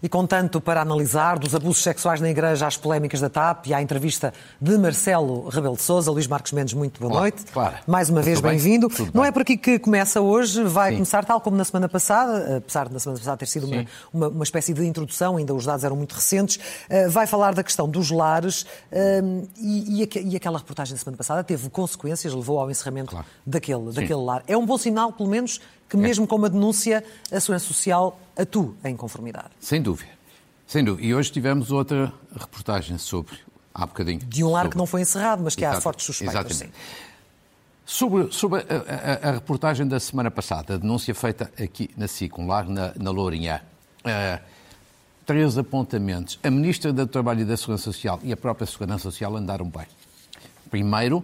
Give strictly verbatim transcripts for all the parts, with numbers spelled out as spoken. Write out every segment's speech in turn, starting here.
E com tanto para analisar, dos abusos sexuais na Igreja às polémicas da T A P e à entrevista de Marcelo Rebelo de Sousa, Luís Marcos Mendes, muito boa Olá, noite. Clara. Mais uma vez, bem-vindo. Não bem. é por aqui que começa hoje, vai Sim. começar tal como na semana passada, apesar de na semana passada ter sido uma, uma, uma espécie de introdução, ainda os dados eram muito recentes, uh, vai falar da questão dos lares uh, e, e, e aquela reportagem da semana passada teve consequências, levou ao encerramento Claro. daquele, daquele lar. É um bom sinal, pelo menos, que mesmo com uma denúncia, a Segurança Social atua em conformidade. Sem dúvida. Sem dúvida. E hoje tivemos outra reportagem sobre, há bocadinho. De um lar sobre... que não foi encerrado, mas que Exato. há fortes suspeitas. Exatamente. Sobre, sobre a, a, a reportagem da semana passada, a denúncia feita aqui na S I C, um lar na, na Lourinhã, uh, três apontamentos. A Ministra do Trabalho e da Segurança Social e a própria Segurança Social andaram bem. Primeiro,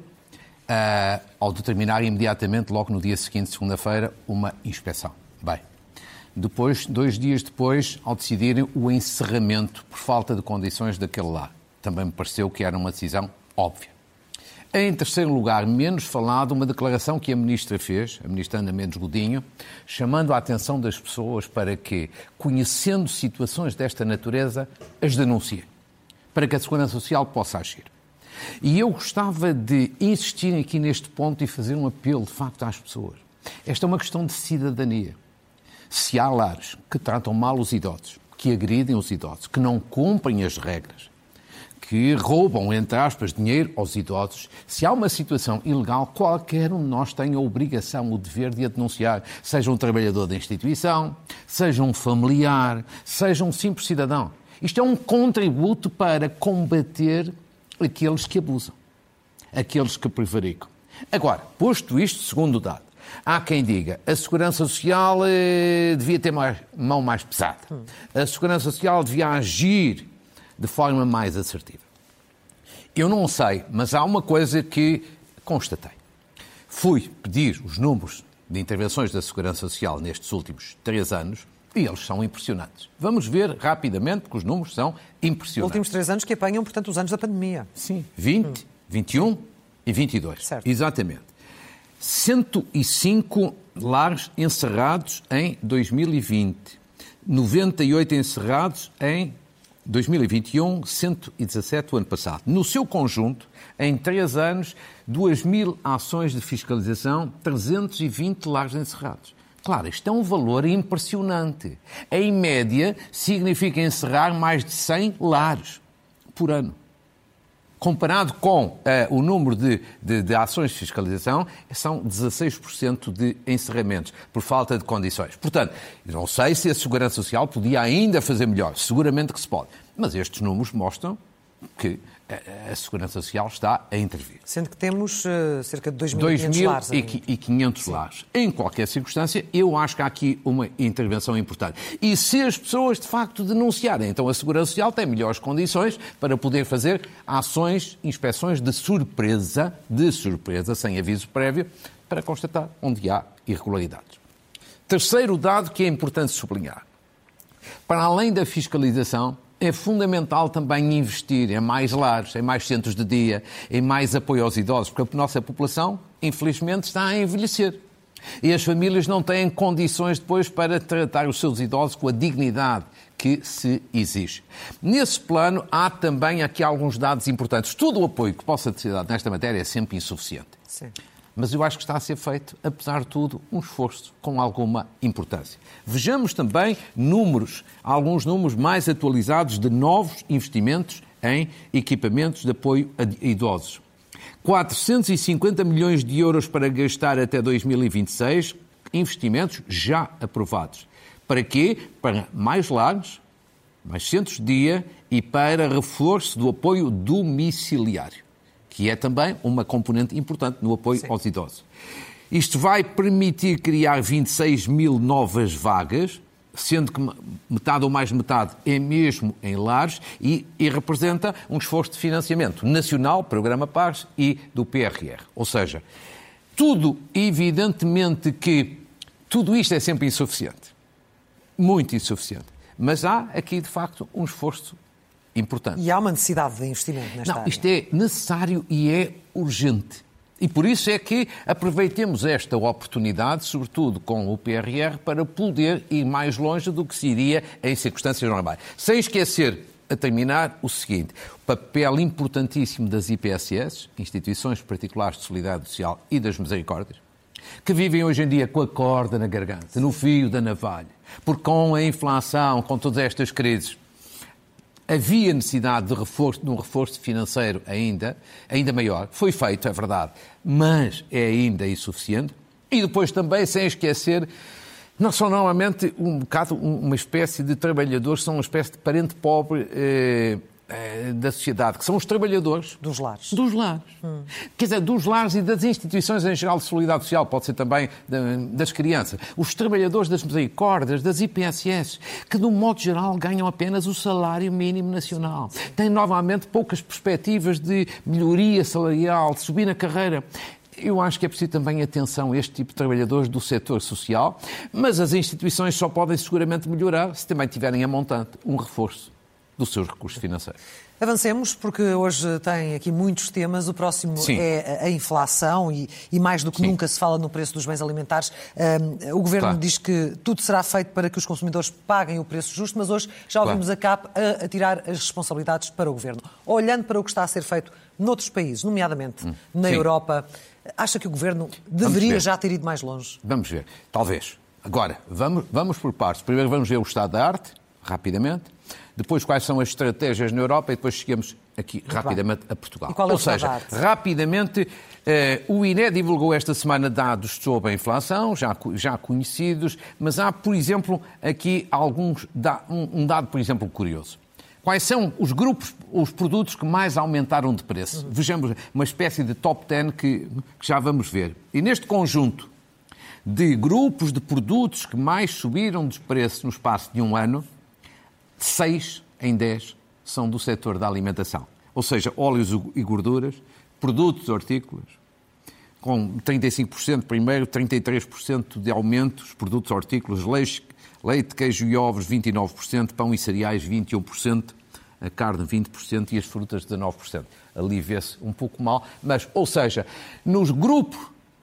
uh, ao determinar imediatamente, logo no dia seguinte, segunda-feira, uma inspeção. Bem. Depois, dois dias depois, ao decidirem o encerramento por falta de condições daquele lar. Também me pareceu que era uma decisão óbvia. Em terceiro lugar, menos falado, uma declaração que a Ministra fez, a Ministra Ana Mendes Godinho, chamando a atenção das pessoas para que, conhecendo situações desta natureza, as denunciem, para que a Segurança Social possa agir. E eu gostava de insistir aqui neste ponto e fazer um apelo, de facto, às pessoas. Esta é uma questão de cidadania. Se há lares que tratam mal os idosos, que agridem os idosos, que não cumprem as regras, que roubam, entre aspas, dinheiro aos idosos, se há uma situação ilegal, qualquer um de nós tem a obrigação, o dever de a denunciar, seja um trabalhador da instituição, seja um familiar, seja um simples cidadão. Isto é um contributo para combater aqueles que abusam, aqueles que prevaricam. Agora, posto isto, segundo dado, há quem diga a Segurança Social eh, devia ter mais, mão mais pesada. A Segurança Social devia agir de forma mais assertiva. Eu não sei, mas há uma coisa que constatei. Fui pedir os números de intervenções da Segurança Social nestes últimos três anos e eles são impressionantes. Vamos ver rapidamente, porque os números são impressionantes. Últimos três anos que apanham, portanto, os anos da pandemia. Sim, vinte, vinte e um e vinte e dois. Certo. Exatamente. cento e cinco lares encerrados em dois mil e vinte, noventa e oito encerrados em dois mil e vinte e um, cento e dezassete o ano passado. No seu conjunto, em três anos, duas mil ações de fiscalização, trezentos e vinte lares encerrados. Claro, isto é um valor impressionante. Em média, significa encerrar mais de cem lares por ano. Comparado com uh, o número de, de, de ações de fiscalização, são dezasseis por cento de encerramentos, por falta de condições. Portanto, não sei se a Segurança Social podia ainda fazer melhor. Seguramente que se pode. Mas estes números mostram que a, a Segurança Social está a intervir. Sendo que temos uh, cerca de dois mil e quinhentos lares. dois mil e quinhentos lares. Em qualquer circunstância, eu acho que há aqui uma intervenção importante. E se as pessoas, de facto, denunciarem, então a Segurança Social tem melhores condições para poder fazer ações, inspeções de surpresa, de surpresa, sem aviso prévio, para constatar onde há irregularidades. Terceiro dado que é importante sublinhar. Para além da fiscalização, é fundamental também investir em mais lares, em mais centros de dia, em mais apoio aos idosos, porque a nossa população, infelizmente, está a envelhecer. E as famílias não têm condições depois para tratar os seus idosos com a dignidade que se exige. Nesse plano, há também aqui alguns dados importantes. Todo o apoio que possa ser dado nesta matéria é sempre insuficiente. Sim. Mas eu acho que está a ser feito, apesar de tudo, um esforço com alguma importância. Vejamos também números, alguns números mais atualizados de novos investimentos em equipamentos de apoio a idosos. quatrocentos e cinquenta milhões de euros para gastar até dois mil e vinte e seis, investimentos já aprovados. Para quê? Para mais lares, mais centros de dia e para reforço do apoio domiciliário, que é também uma componente importante no apoio Sim. aos idosos. Isto vai permitir criar vinte e seis mil novas vagas, sendo que metade ou mais metade é mesmo em lares e, e representa um esforço de financiamento nacional, Programa Paz e do P R R. Ou seja, tudo, evidentemente que tudo isto é sempre insuficiente, muito insuficiente, mas há aqui, de facto, um esforço importante. E há uma necessidade de investimento nesta Não, área. isto é necessário e é urgente. E por isso é que aproveitemos esta oportunidade, sobretudo com o P R R, para poder ir mais longe do que se iria em circunstâncias normais. Sem esquecer, a terminar, o seguinte: o papel importantíssimo das I P S S, Instituições Particulares de Solidariedade Social, e das Misericórdias, que vivem hoje em dia com a corda na garganta, no fio da navalha, porque com a inflação, com todas estas crises, havia necessidade de, reforço, de um reforço financeiro ainda, ainda maior. Foi feito, é verdade, mas é ainda insuficiente. E depois também, sem esquecer, não são normalmente um bocado uma espécie de trabalhadores, são uma espécie de parente pobre eh, eh, da sociedade, que são os trabalhadores dos lares. Dos lares. Hum. Quer dizer, dos lares e das instituições em geral de solidariedade social, pode ser também das crianças. Os trabalhadores das misericórdias, das I P S S, que, de um modo geral, ganham apenas o salário mínimo nacional. Têm, novamente, poucas perspectivas de melhoria salarial, de subir na carreira. Eu acho que é preciso também atenção a este tipo de trabalhadores do setor social, mas as instituições só podem seguramente melhorar se também tiverem a montante um reforço dos seus recursos financeiros. Avancemos, porque hoje tem aqui muitos temas. O próximo Sim. é a inflação e, e mais do que Sim. nunca se fala no preço dos bens alimentares. Um, o Governo claro. diz que tudo será feito para que os consumidores paguem o preço justo, mas hoje já ouvimos claro. a C A P a, a tirar as responsabilidades para o Governo. Olhando para o que está a ser feito noutros países, nomeadamente hum. na Sim. Europa, acha que o Governo deveria já ter ido mais longe? Vamos ver, talvez. Agora, vamos, vamos por partes. Primeiro vamos ver o estado da arte, rapidamente. Depois quais são as estratégias na Europa e depois chegamos aqui Muito rapidamente bem. a Portugal. E qual é o Ou seja, da arte? rapidamente, eh, o I N E divulgou esta semana dados sobre a inflação, já, já conhecidos, mas há, por exemplo, aqui alguns, um, um dado, por exemplo, curioso. Quais são os grupos, os produtos que mais aumentaram de preço? Uhum. Vejamos uma espécie de top dez que, que já vamos ver. E neste conjunto de grupos de produtos que mais subiram de preço no espaço de um ano, seis em dez são do setor da alimentação. Ou seja, óleos e gorduras, produtos hortícolas, com trinta e cinco por cento primeiro, trinta e três por cento de aumento, os produtos hortícolas, leite, leite, queijo e ovos, vinte e nove por cento, pão e cereais, vinte e um por cento, a carne, vinte por cento e as frutas, dezanove por cento. Ali vê-se um pouco mal, mas, ou seja, nos grupos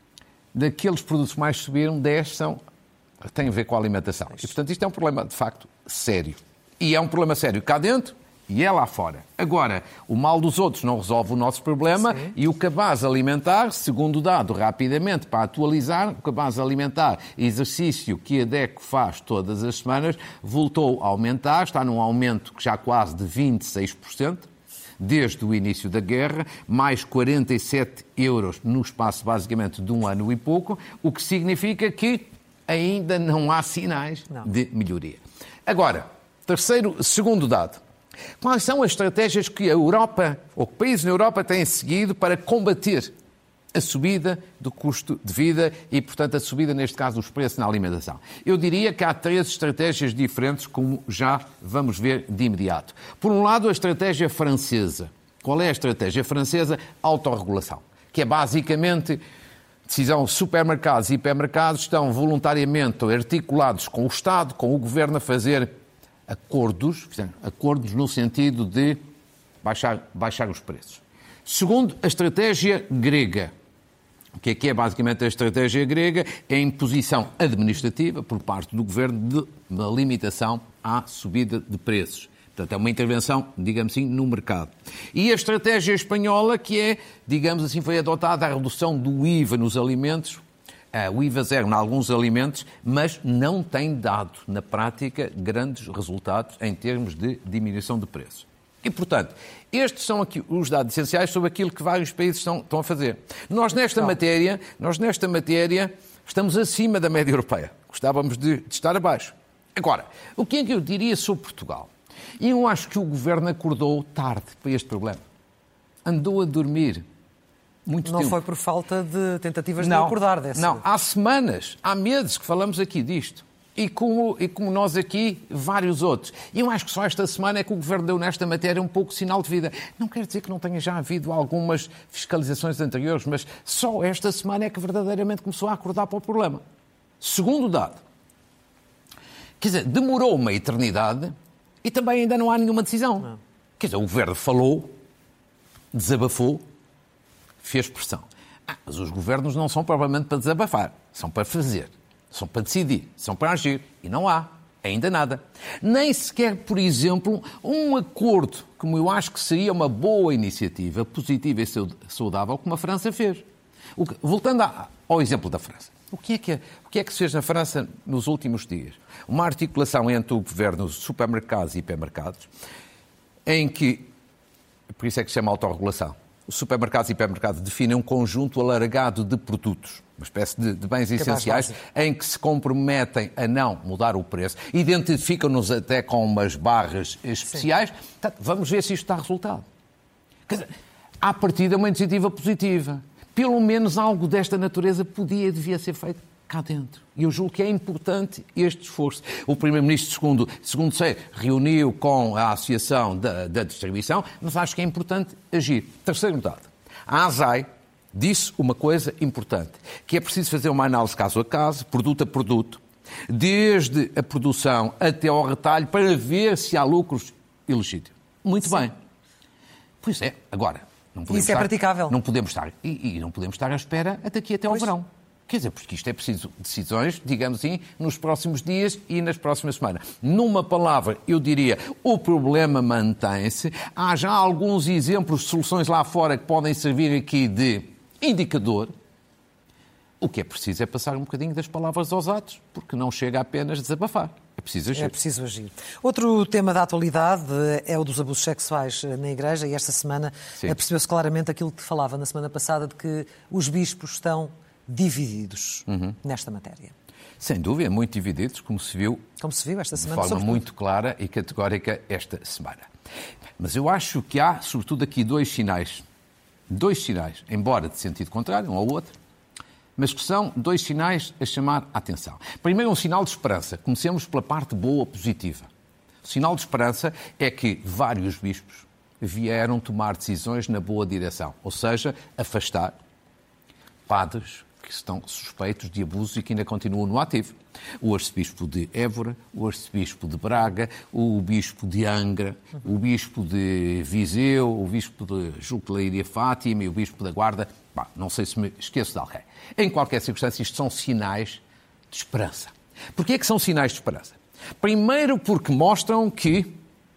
daqueles produtos que mais subiram, dez são, têm a ver com a alimentação. E, portanto, isto é um problema, de facto, sério. E é um problema sério cá dentro e é lá fora. Agora, o mal dos outros não resolve o nosso problema. Sim. E o cabaz alimentar, segundo dado rapidamente para atualizar, o cabaz alimentar, exercício que a DECO faz todas as semanas, voltou a aumentar, está num aumento já quase de vinte e seis por cento, desde o início da guerra, mais quarenta e sete euros no espaço basicamente de um ano e pouco, o que significa que ainda não há sinais não. de melhoria. Agora, terceiro, segundo dado, quais são as estratégias que a Europa, ou que países na Europa têm seguido para combater a subida do custo de vida e, portanto, a subida, neste caso, dos preços na alimentação? Eu diria que há três estratégias diferentes, como já vamos ver de imediato. Por um lado, a estratégia francesa. Qual é a estratégia francesa? Autorregulação, que é basicamente decisão de supermercados e hipermercados estão voluntariamente articulados com o Estado, com o Governo, a fazer acordos, acordos no sentido de baixar, baixar os preços. Segundo, a estratégia grega. O que é que é basicamente a estratégia grega? É a imposição administrativa por parte do Governo de uma limitação à subida de preços. Portanto, é uma intervenção, digamos assim, no mercado. E a estratégia espanhola, que é, digamos assim, foi adotada a redução do I V A nos alimentos, o I V A zero em alguns alimentos, mas não tem dado, na prática, grandes resultados em termos de diminuição de preços. E, portanto, estes são aqui os dados essenciais sobre aquilo que vários países estão, estão a fazer. Nós nesta, matéria, nós, nesta matéria, estamos acima da média europeia. Gostávamos de, de estar abaixo. Agora, o que é que eu diria sobre Portugal? E eu acho que o Governo acordou tarde para este problema. Andou a dormir muito não tempo. Foi por falta de tentativas não, de acordar dessa... Não, há semanas, há meses que falamos aqui disto. E como, e como nós aqui, vários outros. E eu acho que só esta semana é que o Governo deu nesta matéria um pouco sinal de vida. Não quer dizer que não tenha já havido algumas fiscalizações anteriores, mas só esta semana é que verdadeiramente começou a acordar para o problema. Segundo dado, quer dizer, demorou uma eternidade e também ainda não há nenhuma decisão. Não. Quer dizer, o Governo falou, desabafou, fez pressão. Ah, mas os governos não são propriamente para desabafar, são para fazer, são para decidir, são para agir. E não há ainda nada. Nem sequer, por exemplo, um acordo, como eu acho que seria uma boa iniciativa, positiva e saudável, como a França fez. O que, voltando ao exemplo da França. O que, é que, o que é que se fez na França nos últimos dias? Uma articulação entre o governo, os supermercados e hipermercados, em que, por isso é que se chama autorregulação, os supermercados e hipermercados definem um conjunto alargado de produtos, uma espécie de, de bens essenciais, em que se comprometem a não mudar o preço, identificam-nos até com umas barras especiais. Portanto, vamos ver se isto dá resultado. Quer dizer, à partida, uma iniciativa positiva. Pelo menos algo desta natureza podia e devia ser feito cá dentro. E eu julgo que é importante este esforço. O Primeiro-Ministro, segundo, segundo sei, reuniu com a Associação da, da Distribuição, mas acho que é importante agir. Terceiro dado. A ASAI disse uma coisa importante, que é preciso fazer uma análise caso a caso, produto a produto, desde a produção até ao retalho, para ver se há lucros ilegítimos. Muito Sim. bem. Pois é, agora... Isso é estar, praticável. Não podemos estar, e, e não podemos estar à espera até aqui até ao pois. verão. Quer dizer, porque isto é preciso decisões, digamos assim, nos próximos dias e nas próximas semanas. Numa palavra, eu diria, o problema mantém-se. Há já alguns exemplos de soluções lá fora que podem servir aqui de indicador. O que é preciso é passar um bocadinho das palavras aos atos, porque não chega apenas a desabafar. É preciso agir. É preciso agir. Outro tema da atualidade é o dos abusos sexuais na Igreja, e esta semana percebeu-se claramente aquilo que falava na semana passada, de que os bispos estão divididos uhum. nesta matéria. Sem dúvida, muito divididos, como se viu, como se viu esta semana, de forma sobretudo. muito clara e categórica esta semana. Mas eu acho que há, sobretudo aqui, dois sinais. Dois sinais, embora de sentido contrário, um ao outro, mas que são dois sinais a chamar a atenção. Primeiro, um sinal de esperança. Comecemos pela parte boa, positiva. O sinal de esperança é que vários bispos vieram tomar decisões na boa direção, ou seja, afastar padres que estão suspeitos de abuso e que ainda continuam no ativo. O arcebispo de Évora, o arcebispo de Braga, o bispo de Angra, o bispo de Viseu, o bispo de Jucleiria Fátima e o bispo da Guarda. Bah, não sei se me esqueço de alguém. Em qualquer circunstância, isto são sinais de esperança. Porquê é que são sinais de esperança? Primeiro porque mostram que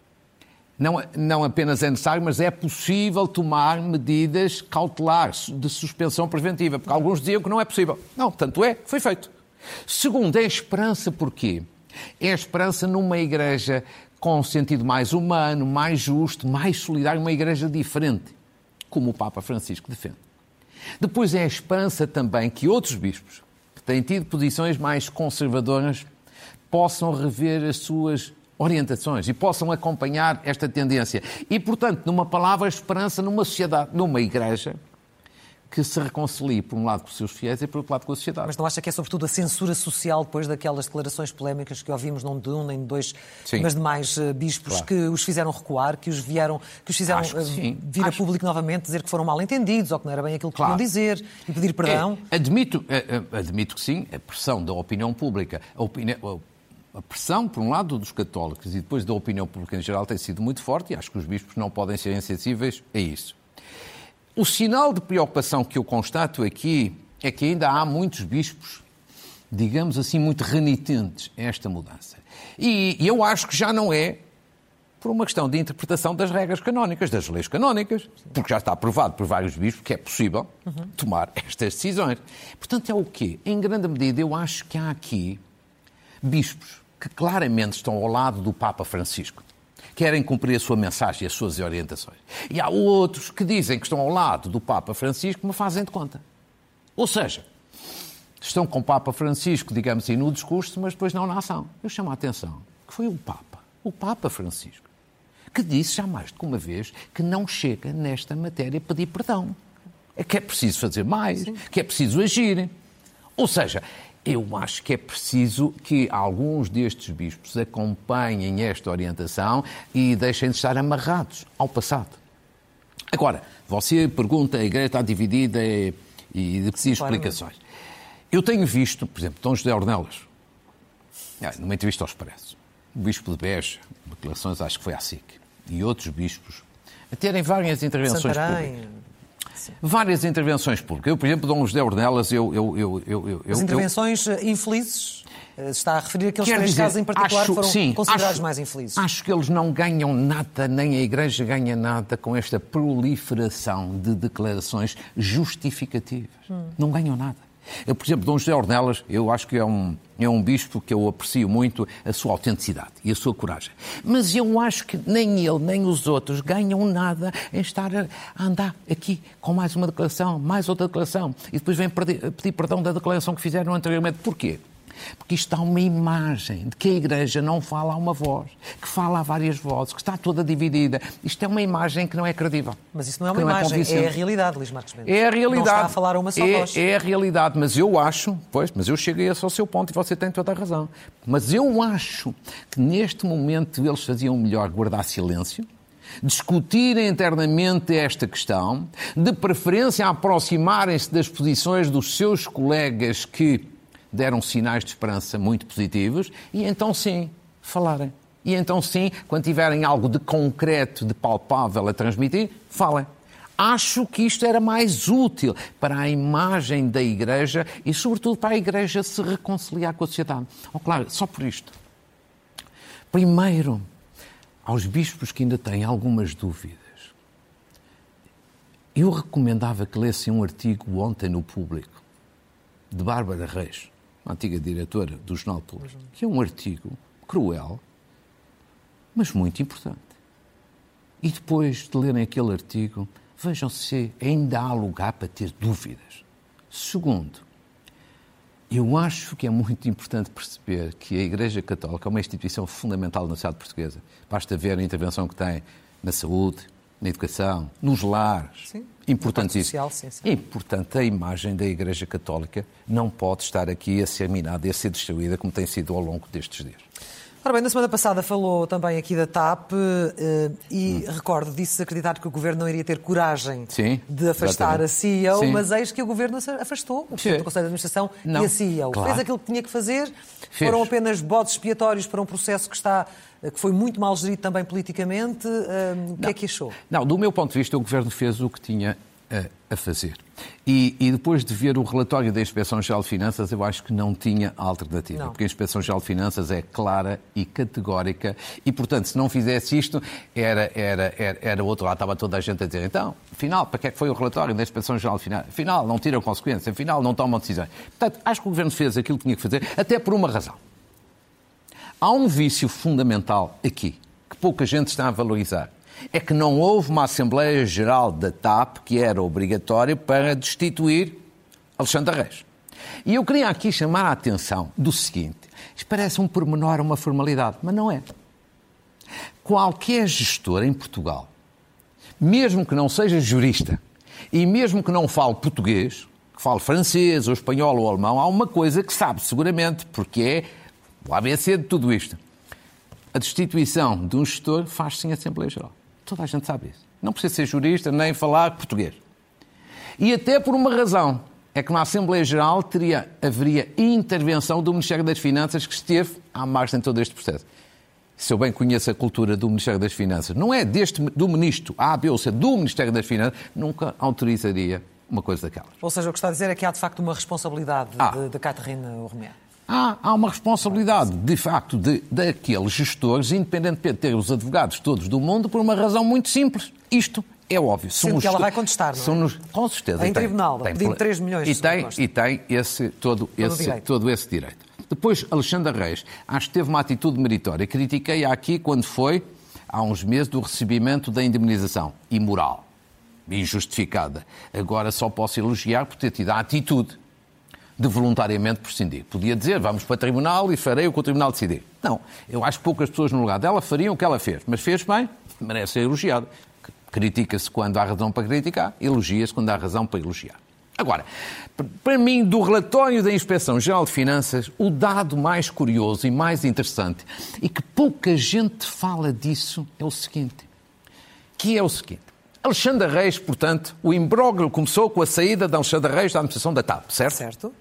não, não apenas é necessário, mas é possível tomar medidas cautelares de suspensão preventiva, porque alguns diziam que não é possível. Não, tanto é, foi feito. Segundo, é esperança porquê? É esperança numa igreja com um sentido mais humano, mais justo, mais solidário, uma igreja diferente, como o Papa Francisco defende. Depois é a esperança também que outros bispos, que têm tido posições mais conservadoras, possam rever as suas orientações e possam acompanhar esta tendência. E, portanto, numa palavra, esperança numa sociedade, numa igreja que se reconcilie, por um lado, com os seus fiéis e, por outro lado, com a sociedade. Mas não acha que é, sobretudo, a censura social depois daquelas declarações polémicas que ouvimos, não de um nem de dois, sim. mas de mais uh, bispos, claro. que os fizeram recuar, que os, vieram, que os fizeram que uh, vir Acho... a público novamente dizer que foram mal entendidos ou que não era bem aquilo que claro. queriam dizer e pedir perdão? É, admito, é, admito que sim, a pressão da opinião pública, a opinião... A pressão, por um lado, dos católicos e depois da opinião pública em geral tem sido muito forte e acho que os bispos não podem ser insensíveis a isso. O sinal de preocupação que eu constato aqui é que ainda há muitos bispos, digamos assim, muito renitentes a esta mudança. E eu acho que já não é por uma questão de interpretação das regras canónicas, das leis canónicas, porque já está provado por vários bispos que é possível uhum. tomar estas decisões. Portanto, é o quê? Em grande medida, eu acho que há aqui bispos que claramente estão ao lado do Papa Francisco, querem cumprir a sua mensagem e as suas orientações. E há outros que dizem que estão ao lado do Papa Francisco, mas fazem de conta. Ou seja, estão com o Papa Francisco, digamos assim, no discurso, mas depois não na ação. Eu chamo a atenção que foi o Papa, o Papa Francisco, que disse já mais do que uma vez que não chega nesta matéria a pedir perdão. É que é preciso fazer mais, Sim. que é preciso agir. Ou seja, eu acho que é preciso que alguns destes bispos acompanhem esta orientação e deixem de estar amarrados ao passado. Agora, você pergunta, a igreja está dividida e, e de pedir explicações. Eu tenho visto, por exemplo, Dom José Ornelas, numa entrevista ao Expresso, o bispo de Beja, declarações acho que foi à S I C, e outros bispos, a terem várias intervenções Santarém. públicas. Sim. Várias intervenções públicas. Eu, por exemplo, Dom José Ornelas, eu... eu, eu, eu, eu As intervenções eu, infelizes, está a referir aqueles Quer três dizer, casos em particular acho, que foram sim, considerados acho, mais infelizes. Acho que eles não ganham nada, nem a Igreja ganha nada com esta proliferação de declarações justificativas. Hum. Não ganham nada. Eu, por exemplo, Dom José Ornelas, eu acho que é um, é um bispo que eu aprecio muito a sua autenticidade e a sua coragem. Mas eu acho que nem ele, nem os outros ganham nada em estar a andar aqui com mais uma declaração, mais outra declaração, e depois vêm pedir perdão da declaração que fizeram anteriormente. Porquê? Porque isto dá uma imagem de que a Igreja não fala a uma voz, que fala a várias vozes, que está toda dividida. Isto é uma imagem que não é credível. Mas isso não é uma imagem, é, é a realidade, Luís Marques Mendes. É a realidade. Não está a falar a uma só é, voz. É a realidade, mas eu acho, pois, mas eu cheguei a esse ao seu ponto e você tem toda a razão. Mas eu acho que neste momento eles faziam melhor guardar silêncio, discutirem internamente esta questão, de preferência aproximarem-se das posições dos seus colegas que deram sinais de esperança muito positivos e então sim, falarem. E então sim, quando tiverem algo de concreto, de palpável a transmitir, falem. Acho que isto era mais útil para a imagem da Igreja e, sobretudo, para a Igreja se reconciliar com a sociedade. Oh, claro, só por isto. Primeiro, aos bispos que ainda têm algumas dúvidas, eu recomendava que lessem um artigo ontem no Público, de Bárbara Reis, a antiga diretora do Jornal Público, que é um artigo cruel, mas muito importante. E depois de lerem aquele artigo, vejam se ainda há lugar para ter dúvidas. Segundo, eu acho que é muito importante perceber que a Igreja Católica é uma instituição fundamental na sociedade portuguesa. Basta ver a intervenção que tem na saúde, na educação, nos lares. Sim. Importantíssimo. Social, sim, sim. E, portanto, a imagem da Igreja Católica não pode estar aqui a ser minada e a ser destruída como tem sido ao longo destes dias. Ora bem, na semana passada falou também aqui da T A P eh, e hum. recordo, disse acreditar que o Governo não iria ter coragem Sim, de afastar exatamente. a C E O, Sim. mas eis que o Governo afastou o Presidente do Conselho de Administração não. e a C E O. Claro. Fez aquilo que tinha que fazer, Fez. Foram apenas bodes expiatórios para um processo que, está, que foi muito mal gerido também politicamente. Um, o que é que achou? Não, do meu ponto de vista, o Governo fez o que tinha a fazer. E, e depois de ver o relatório da Inspeção-Geral de Finanças, eu acho que não tinha alternativa, não. Porque a Inspeção-Geral de Finanças é clara e categórica e, portanto, se não fizesse isto, era, era, era, era outro lado, estava toda a gente a dizer, então, afinal, para que é que foi o relatório da Inspeção-Geral de Finanças? Afinal, não tiram consequências, afinal, não tomam decisões. Portanto, acho que o Governo fez aquilo que tinha que fazer, até por uma razão. Há um vício fundamental aqui, que pouca gente está a valorizar. É que não houve uma Assembleia Geral da T A P que era obrigatória para destituir Alexandre Reis. E eu queria aqui chamar a atenção do seguinte, isto parece um pormenor, uma formalidade, mas não é. Qualquer gestor em Portugal, mesmo que não seja jurista e mesmo que não fale português, que fale francês ou espanhol ou alemão, há uma coisa que sabe seguramente, porque é o A B C de tudo isto. A destituição de um gestor faz-se em Assembleia Geral. Toda a gente sabe isso. Não precisa ser jurista nem falar português. E até por uma razão. É que na Assembleia Geral teria, haveria intervenção do Ministério das Finanças que esteve à margem de todo este processo. Se eu bem conheço a cultura do Ministério das Finanças, não é deste, do Ministro A, B ou C, do Ministério das Finanças, nunca autorizaria uma coisa daquelas. Ou seja, o que está a dizer é que há de facto uma responsabilidade ah. de, de Catarina Romear. Há, há uma responsabilidade, de facto, de, daqueles gestores, independentemente de ter os advogados todos do mundo, por uma razão muito simples. Isto é óbvio. Sendo que ela vai contestar, não é? Nos, com certeza. Em tem, tribunal, tem, pedindo três milhões. E tem, e tem esse, todo, todo, esse, direito. todo esse direito. Depois, Alexandre Reis, acho que teve uma atitude meritória. Critiquei-a aqui quando foi, há uns meses, do recebimento da indemnização. Imoral. Injustificada. Agora só posso elogiar por ter tido a atitude de voluntariamente prescindir. Podia dizer, vamos para o tribunal e farei o que o tribunal decidir. Não, eu acho que poucas pessoas no lugar dela fariam o que ela fez, mas fez bem, merece ser elogiado. Critica-se quando há razão para criticar, elogia-se quando há razão para elogiar. Agora, para mim, do relatório da Inspeção-Geral de Finanças, o dado mais curioso e mais interessante, e que pouca gente fala disso, é o seguinte, que é o seguinte, Alexandre Reis, portanto, o imbróglio começou com a saída de Alexandre Reis da administração da T A P, certo? Certo.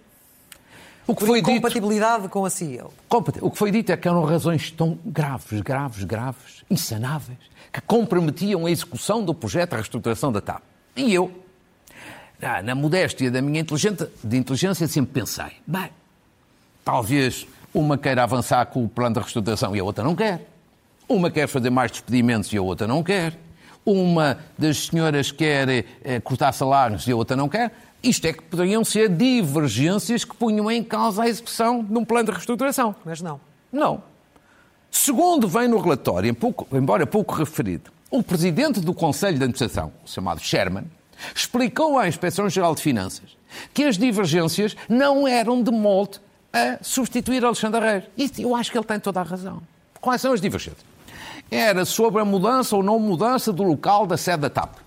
O que foi incompatibilidade dito, com a C E O. O que foi dito é que eram razões tão graves, graves, graves, insanáveis, que comprometiam a execução do projeto de reestruturação da T A P. E eu, ah, na modéstia da minha inteligência, de inteligência, sempre pensei, bem, talvez uma queira avançar com o plano de reestruturação e a outra não quer. Uma quer fazer mais despedimentos e a outra não quer. Uma das senhoras quer eh, cortar salários e a outra não quer. Isto é que poderiam ser divergências que punham em causa a execução de um plano de reestruturação. Mas não. Não. Segundo vem no relatório, pouco, embora pouco referido, o presidente do Conselho de Administração, chamado Sherman, explicou à Inspeção-Geral de Finanças que as divergências não eram de molde a substituir Alexandre Reis. Isso eu acho que ele tem toda a razão. Quais são as divergências? Era sobre a mudança ou não mudança do local da sede da T A P.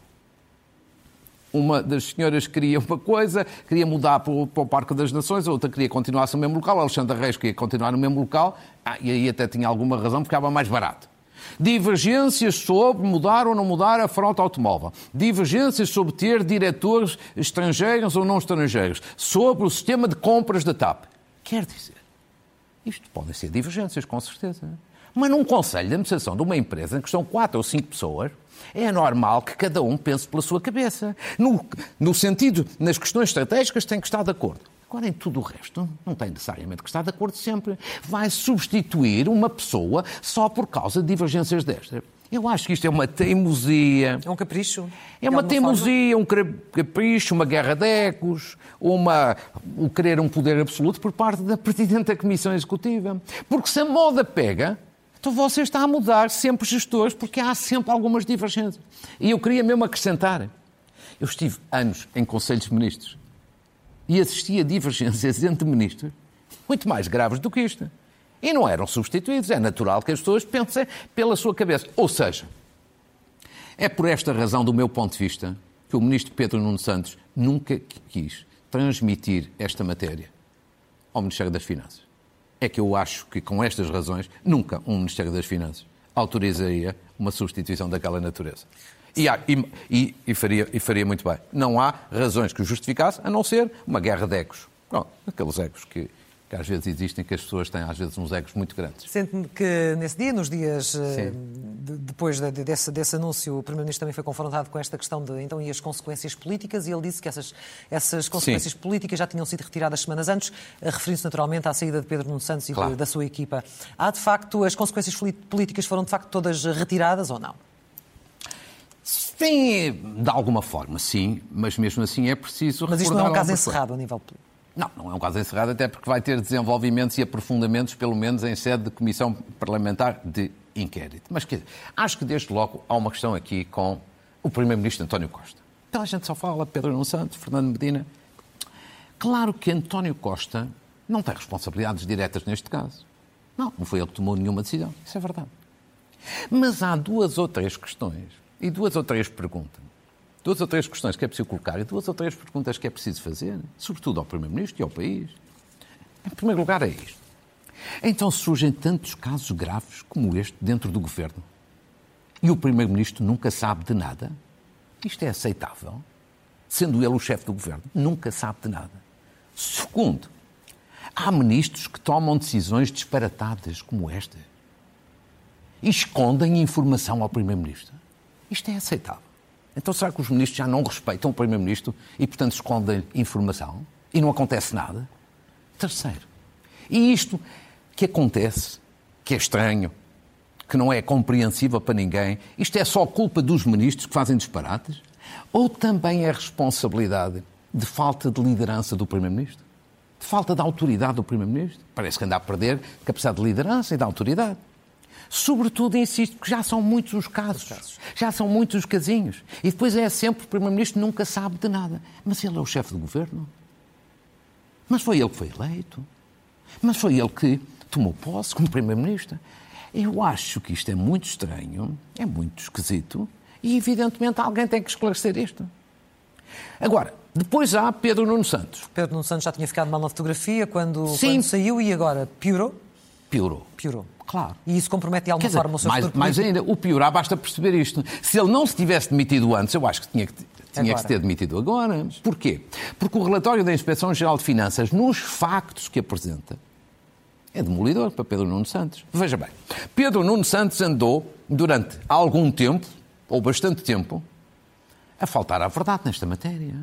Uma das senhoras queria uma coisa, queria mudar para o, para o Parque das Nações, a outra queria continuar no mesmo local, Alexandre Reis queria continuar no mesmo local, ah, e aí até tinha alguma razão, ficava mais barato. Divergências sobre mudar ou não mudar a frota automóvel. Divergências sobre ter diretores estrangeiros ou não estrangeiros. Sobre o sistema de compras da T A P. Quer dizer, isto podem ser divergências, com certeza. Mas num conselho de administração de uma empresa em que estão quatro ou cinco pessoas, é normal que cada um pense pela sua cabeça. No, no sentido, nas questões estratégicas tem que estar de acordo. Agora, em tudo o resto, não tem necessariamente que estar de acordo sempre. Vai substituir uma pessoa só por causa de divergências destas. Eu acho que isto é uma teimosia. É um capricho? É uma teimosia, um capricho, uma guerra de ecos, uma, o querer um poder absoluto por parte da Presidente da Comissão Executiva. Porque se a moda pega, então você está a mudar sempre gestores, porque há sempre algumas divergências. E eu queria mesmo acrescentar. Eu estive anos em Conselhos de Ministros e assisti a divergências entre ministros muito mais graves do que isto. E não eram substituídos. É natural que as pessoas pensem pela sua cabeça. Ou seja, é por esta razão, do meu ponto de vista, que o ministro Pedro Nuno Santos nunca quis transmitir esta matéria ao Ministério das Finanças. É que eu acho que, com estas razões, nunca um Ministério das Finanças autorizaria uma substituição daquela natureza. E, há, e, e, e, faria, e faria muito bem. Não há razões que o justificasse, a não ser uma guerra de egos. Pronto, aqueles egos que, que às vezes existem, que as pessoas têm às vezes uns egos muito grandes. Sente-me que nesse dia, nos dias de, depois de, de, desse, desse anúncio, o Primeiro-Ministro também foi confrontado com esta questão de, então, e as consequências políticas, e ele disse que essas, essas consequências Sim. políticas já tinham sido retiradas semanas antes, referindo-se naturalmente à saída de Pedro Nuno Santos e claro. de, da sua equipa. Há, de facto, as consequências políticas foram, de facto, todas retiradas ou não? Sim, de alguma forma, sim, mas mesmo assim é preciso... Mas isto não é um caso encerrado a nível político? Não, não é um caso encerrado, até porque vai ter desenvolvimentos e aprofundamentos, pelo menos em sede de Comissão Parlamentar de Inquérito. Mas quer dizer, acho que desde logo há uma questão aqui com o Primeiro-Ministro António Costa. Então a gente só fala Pedro Nuno Santos, Fernando Medina. Claro que António Costa não tem responsabilidades diretas neste caso. Não, não foi ele que tomou nenhuma decisão, isso é verdade. Mas há duas ou três questões e duas ou três perguntas. Duas ou três questões que é preciso colocar e duas ou três perguntas que é preciso fazer, sobretudo ao Primeiro-Ministro e ao país. Em primeiro lugar é isto. Então surgem tantos casos graves como este dentro do Governo e o Primeiro-Ministro nunca sabe de nada? Isto é aceitável? Sendo ele o chefe do Governo, nunca sabe de nada. Segundo, há ministros que tomam decisões disparatadas como esta e escondem informação ao Primeiro-Ministro. Isto é aceitável. Então será que os ministros já não respeitam o Primeiro-Ministro e, portanto, escondem informação e não acontece nada? Terceiro, e isto que acontece, que é estranho, que não é compreensível para ninguém, isto é só culpa dos ministros que fazem disparates? Ou também é responsabilidade de falta de liderança do Primeiro-Ministro? De falta de autoridade do Primeiro-Ministro? Parece que anda a perder capacidade de liderança e de autoridade. Sobretudo, insisto, porque já são muitos os casos, os casos, já são muitos os casinhos. E depois é sempre o Primeiro-Ministro nunca sabe de nada. Mas ele é o chefe do Governo. Mas foi ele que foi eleito. Mas foi ele que tomou posse como Primeiro-Ministro. Eu acho que isto é muito estranho, é muito esquisito e, evidentemente, alguém tem que esclarecer isto. Agora, depois há Pedro Nuno Santos. Pedro Nuno Santos já tinha ficado mal na fotografia quando, quando saiu e agora piorou? Piorou. Piorou. Claro. E isso compromete de alguma dizer, forma o seu mais, futuro mais ainda, o piorar, basta perceber isto. Se ele não se tivesse demitido antes, eu acho que tinha que, tinha que se ter demitido agora. Porquê? Porque o relatório da Inspeção-Geral de Finanças, nos factos que apresenta, é demolidor para Pedro Nuno Santos. Veja bem, Pedro Nuno Santos andou, durante algum tempo, ou bastante tempo, a faltar à verdade nesta matéria.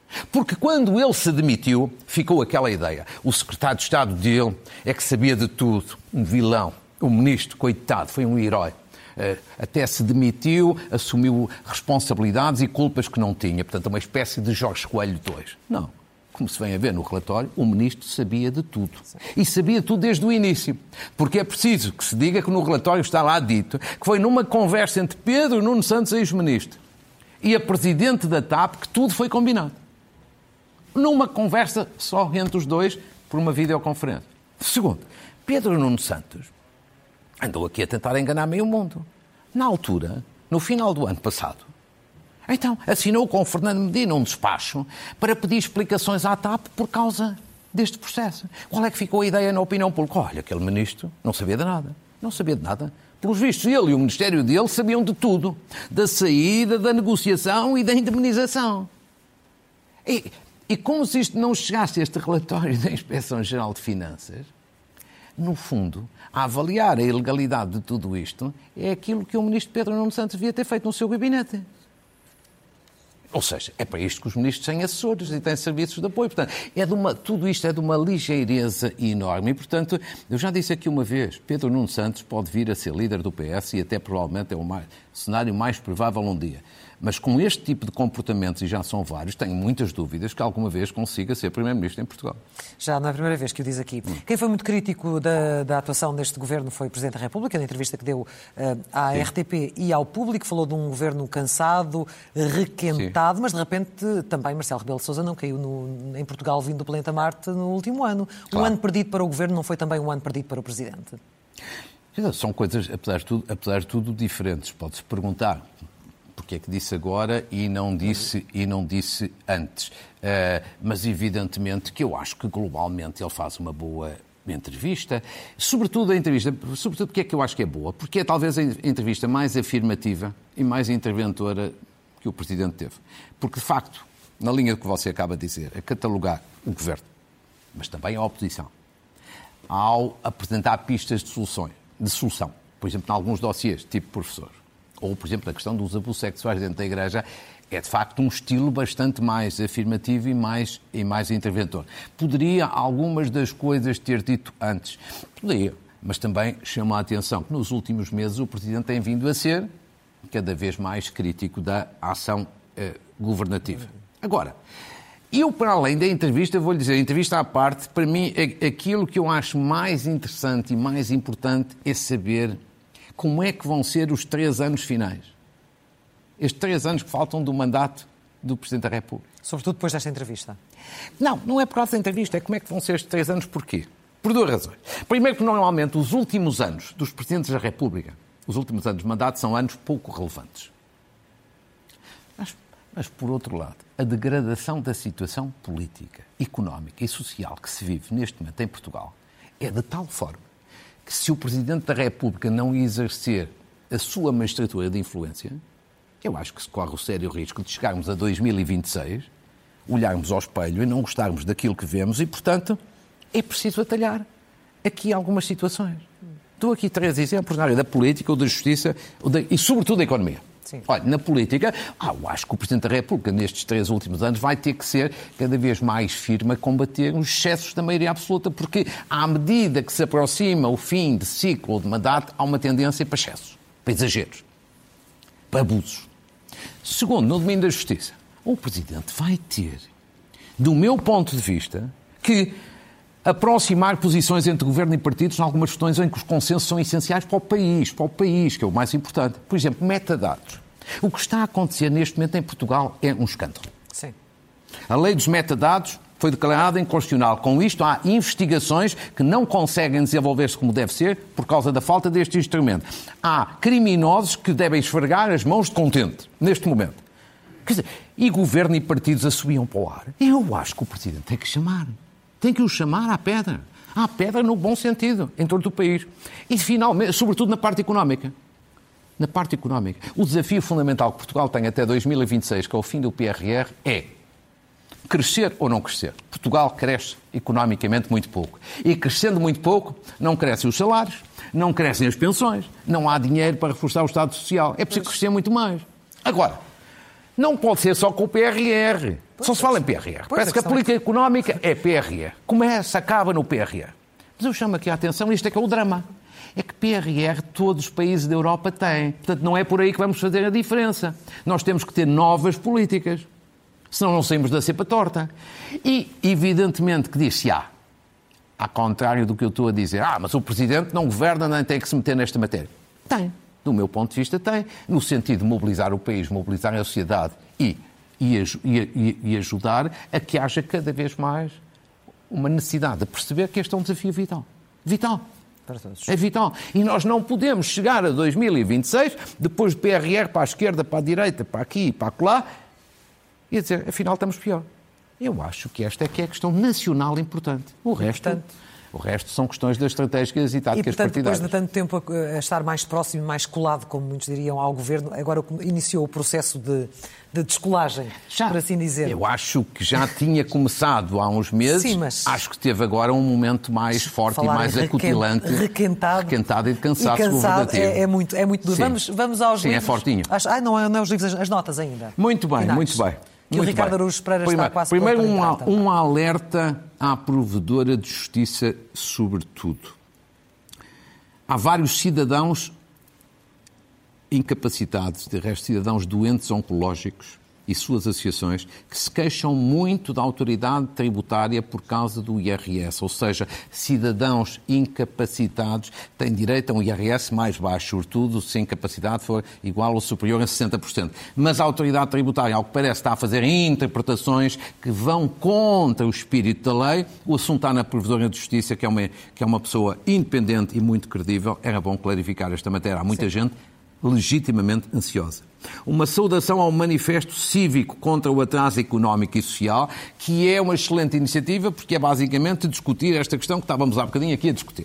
Porque quando ele se demitiu, ficou aquela ideia. O secretário de Estado dele é que sabia de tudo. Um vilão. O ministro, coitado, foi um herói. Até se demitiu, assumiu responsabilidades e culpas que não tinha. Portanto, uma espécie de Jorge Coelho dois. Não. Como se vem a ver no relatório, o ministro sabia de tudo. E sabia tudo desde o início. Porque é preciso que se diga que no relatório está lá dito que foi numa conversa entre Pedro Nuno Santos, ex-ministro, e a presidente da T A P que tudo foi combinado. Numa conversa só entre os dois, por uma videoconferência. Segundo, Pedro Nuno Santos andou aqui a tentar enganar meio mundo. Na altura, no final do ano passado, então assinou com o Fernando Medina um despacho para pedir explicações à T A P por causa deste processo. Qual é que ficou a ideia na opinião pública? Olha, aquele ministro não sabia de nada. Não sabia de nada. Pelos vistos, ele e o Ministério dele sabiam de tudo. Da saída, da negociação e da indemnização. E... E como se isto não chegasse a este relatório da Inspeção-Geral de Finanças, no fundo, a avaliar a ilegalidade de tudo isto é aquilo que o ministro Pedro Nuno Santos devia ter feito no seu gabinete. Ou seja, é para isto que os ministros têm assessores e têm serviços de apoio. Portanto, é de uma, tudo isto é de uma ligeireza enorme. E, portanto, eu já disse aqui uma vez, Pedro Nuno Santos pode vir a ser líder do P S e até provavelmente é o mais, cenário mais provável um dia. Mas com este tipo de comportamentos, e já são vários, tenho muitas dúvidas que alguma vez consiga ser Primeiro-Ministro em Portugal. Já não é a primeira vez que o diz aqui. Hum. Quem foi muito crítico da, da atuação deste governo foi o Presidente da República, na entrevista que deu uh, à Sim. R T P e ao público, falou de um governo cansado, requentado, Sim. mas de repente também Marcelo Rebelo de Sousa não caiu no, em Portugal vindo do planeta Marte no último ano. Claro. Um ano perdido para o governo não foi também um ano perdido para o Presidente? São coisas, apesar de tudo, apesar de tudo diferentes. Pode-se perguntar porque é que disse agora e não disse, e não disse antes. Uh, mas evidentemente que eu acho que globalmente ele faz uma boa entrevista. Sobretudo a entrevista, sobretudo porque é que eu acho que é boa? Porque é talvez a entrevista mais afirmativa e mais interventora que o Presidente teve. Porque, de facto, na linha do que você acaba de dizer, a catalogar o Governo, mas também a oposição, ao apresentar pistas de soluções, de solução, por exemplo, em alguns dossiês, tipo professor, ou, por exemplo, a questão dos abusos sexuais dentro da Igreja, é, de facto, um estilo bastante mais afirmativo e mais, e mais interventor. Poderia algumas das coisas ter dito antes? Poderia, mas também chama a atenção que nos últimos meses o Presidente tem vindo a ser cada vez mais crítico da ação eh, governativa. Agora, eu, para além da entrevista, vou-lhe dizer, a entrevista à parte, para mim, aquilo que eu acho mais interessante e mais importante é saber como é que vão ser os três anos finais. Estes três anos que faltam do mandato do Presidente da República. Sobretudo depois desta entrevista. Não, não é por causa da entrevista, é como é que vão ser estes três anos, porquê? Por duas razões. Primeiro que, normalmente, os últimos anos dos Presidentes da República, os últimos anos de mandato, são anos pouco relevantes. Mas, mas, por outro lado, a degradação da situação política, económica e social que se vive neste momento em Portugal é de tal forma que se o Presidente da República não exercer a sua magistratura de influência, eu acho que se corre o sério risco de chegarmos a dois mil e vinte e seis, olharmos ao espelho e não gostarmos daquilo que vemos e, portanto, é preciso atalhar aqui algumas situações. Dou aqui três exemplos na área da política, ou da justiça ou da, e, sobretudo, da economia. Sim. Olha, na política, ah, eu acho que o Presidente da República, nestes três últimos anos, vai ter que ser cada vez mais firme a combater os excessos da maioria absoluta, porque, à medida que se aproxima o fim de ciclo ou de mandato, há uma tendência para excessos, para exageros, para abusos. Segundo, no domínio da justiça, o Presidente vai ter, do meu ponto de vista, que aproximar posições entre governo e partidos em algumas questões em que os consensos são essenciais para o país, para o país, que é o mais importante. Por exemplo, metadados. O que está a acontecer neste momento em Portugal é um escândalo. Sim. A lei dos metadados foi declarada inconstitucional. Com isto, há investigações que não conseguem desenvolver-se como deve ser por causa da falta deste instrumento. Há criminosos que devem esfregar as mãos de contente, neste momento. Quer dizer, e governo e partidos a subiam para o ar. Eu acho que o Presidente tem que chamar. Tem que o chamar à pedra. À pedra no bom sentido, em todo o país. E, finalmente, sobretudo na parte económica. Na parte económica. O desafio fundamental que Portugal tem até dois mil e vinte e seis, que é o fim do P R R, é crescer ou não crescer. Portugal cresce economicamente muito pouco. E crescendo muito pouco, não crescem os salários, não crescem as pensões, não há dinheiro para reforçar o Estado Social. É preciso crescer muito mais. Agora, Não pode ser só com o P R R. Pois só se fala em P R R. Pois Parece que a política económica é P R R. Começa, acaba no P R R. Mas eu chamo aqui a atenção, isto é que é o drama. É que P R R todos os países da Europa têm. Portanto, não é por aí que vamos fazer a diferença. Nós temos que ter novas políticas. Senão não saímos da cepa torta. E, evidentemente, que diz-se, ah, ao contrário do que eu estou a dizer, ah, mas o Presidente não governa nem tem que se meter nesta matéria. Tem. Do meu ponto de vista, tem. No sentido de mobilizar o país, mobilizar a sociedade e, e, e, e ajudar a que haja cada vez mais uma necessidade de perceber que este é um desafio vital. Vital. É vital. E nós não podemos chegar a dois mil e vinte e seis, depois de P R R para a esquerda, para a direita, para aqui e para acolá, e a dizer, afinal estamos pior. Eu acho que esta é que é a questão nacional importante. O resto, portanto, o resto são questões das estratégicas e táticas partidárias. E, portanto, partidárias. depois de tanto tempo a, a estar mais próximo, mais colado, como muitos diriam, ao governo, agora iniciou o processo de, de descolagem, já, por assim dizer. Eu acho que já tinha começado há uns meses. Sim, mas acho que teve agora um momento mais forte e mais acutilante. Requentado. Requentado e de cansaço e cansado é, é muito, é muito duro. Vamos, vamos aos Sim, livros. Sim, é fortinho. Acho, ai, não é, não é os livros, as notas ainda. Muito bem, Finais. muito bem. Que Muito o Ricardo bem. Araújo Pereira primeiro, está quase Primeiro um, entrar, um alerta à provedora de justiça, sobretudo. Há vários cidadãos incapacitados, de resto cidadãos doentes oncológicos e suas associações, que se queixam muito da autoridade tributária por causa do I R S, ou seja, cidadãos incapacitados têm direito a um I R S mais baixo, sobretudo se a incapacidade for igual ou superior a sessenta por cento. Mas a autoridade tributária, ao que parece, está a fazer interpretações que vão contra o espírito da lei. O assunto está na Provedora de Justiça, que é uma, que é uma pessoa independente e muito credível. Era bom clarificar esta matéria. Há muita Sim. gente legitimamente ansiosa. Uma saudação ao manifesto cívico contra o atraso económico e social, que é uma excelente iniciativa, porque é basicamente discutir esta questão que estávamos há bocadinho aqui a discutir.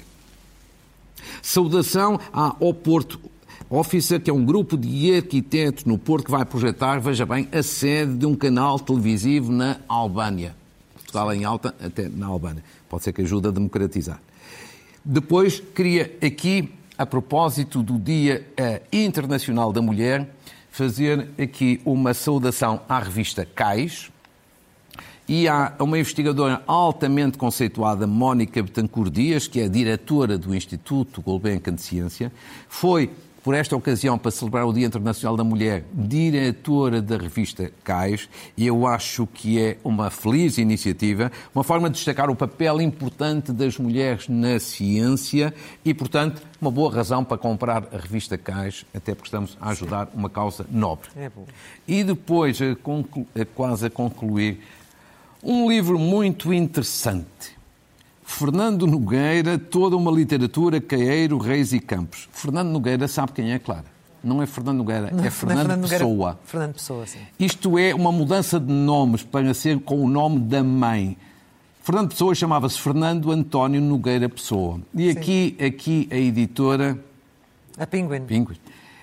Saudação ao Porto Officer, que é um grupo de arquitetos no Porto que vai projetar, veja bem, a sede de um canal televisivo na Albânia. Portugal em alta, até na Albânia. Pode ser que ajude a democratizar. Depois, queria aqui, a propósito do Dia Internacional da Mulher, fazer aqui uma saudação à revista Cais e há uma investigadora altamente conceituada, Mónica Betancourt Dias, que é diretora do Instituto Gulbenkian de Ciência, foi, por esta ocasião, para celebrar o Dia Internacional da Mulher, diretora da revista Cais, e eu acho que é uma feliz iniciativa, uma forma de destacar o papel importante das mulheres na ciência e, portanto, uma boa razão para comprar a revista Cais, até porque estamos a ajudar uma causa nobre. É bom. E depois, a conclu... a quase a concluir, um livro muito interessante. Fernando Nogueira, toda uma literatura, Caeiro, Reis e Campos. Fernando Nogueira sabe quem é, Clara? Não é Fernando Nogueira, não, é Fernando, é Fernando Pessoa. Nogueira, Fernando Pessoa, sim. Isto é uma mudança de nomes para ser com o nome da mãe. Fernando Pessoa chamava-se Fernando António Nogueira Pessoa. E aqui, aqui a editora... A Penguin. Penguin.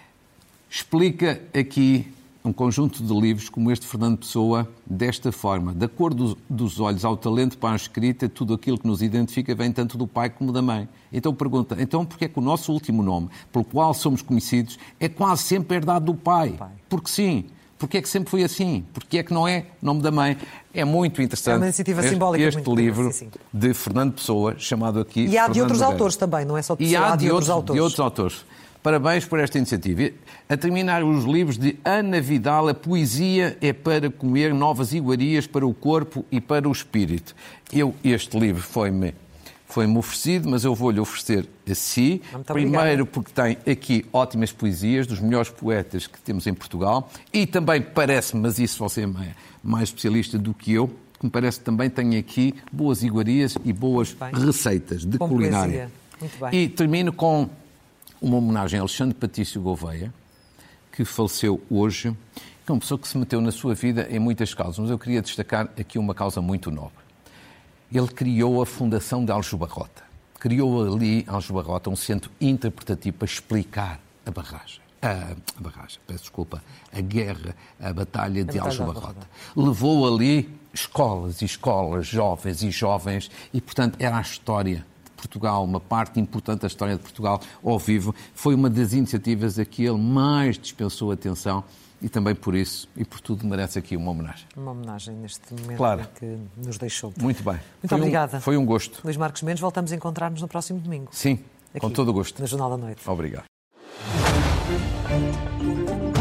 Explica aqui um conjunto de livros como este Fernando Pessoa, desta forma. Da cor dos, dos olhos ao talento para a escrita, tudo aquilo que nos identifica vem tanto do pai como da mãe. Então pergunta, então porquê é que o nosso último nome, pelo qual somos conhecidos, é quase sempre herdado do pai? pai. Porque sim. Porque é que sempre foi assim? Porque é que não é o nome da mãe? É muito interessante. É uma iniciativa simbólica. Este muito livro sim, sim. de Fernando Pessoa, chamado aqui... E há Fernando de outros Nogueira. autores também, não é só de Pessoa, E há, há de, de outros, outros autores. de outros autores. Parabéns por esta iniciativa. A terminar os livros de Ana Vidal, a poesia é para comer novas iguarias para o corpo e para o espírito. Eu, este livro foi-me foi-me oferecido, mas eu vou-lhe oferecer a si. Muito Primeiro obrigada. porque tem aqui ótimas poesias dos melhores poetas que temos em Portugal e também parece-me, mas isso você é mais especialista do que eu, que me parece que também tem aqui boas iguarias e boas receitas de Com culinária. Muito bem. E termino com uma homenagem a Alexandre Patrício Gouveia, que faleceu hoje, que é uma pessoa que se meteu na sua vida em muitas causas, mas eu queria destacar aqui uma causa muito nobre. Ele criou a Fundação de Aljubarrota. Criou ali, em Aljubarrota, um centro interpretativo para explicar a barragem. A, a barragem, peço desculpa, a guerra, a batalha de Aljubarrota. Levou ali escolas e escolas, jovens e jovens, e, portanto, era a história Portugal, uma parte importante da história de Portugal ao vivo. Foi uma das iniciativas a que ele mais dispensou atenção e também por isso e por tudo merece aqui uma homenagem. Uma homenagem neste momento claro. que nos deixou. Muito bem. Muito foi obrigada. Um, foi um gosto. Luís Marcos Mendes, voltamos a encontrar-nos no próximo domingo. Sim, aqui, com todo o gosto. no Jornal da Noite. Obrigado.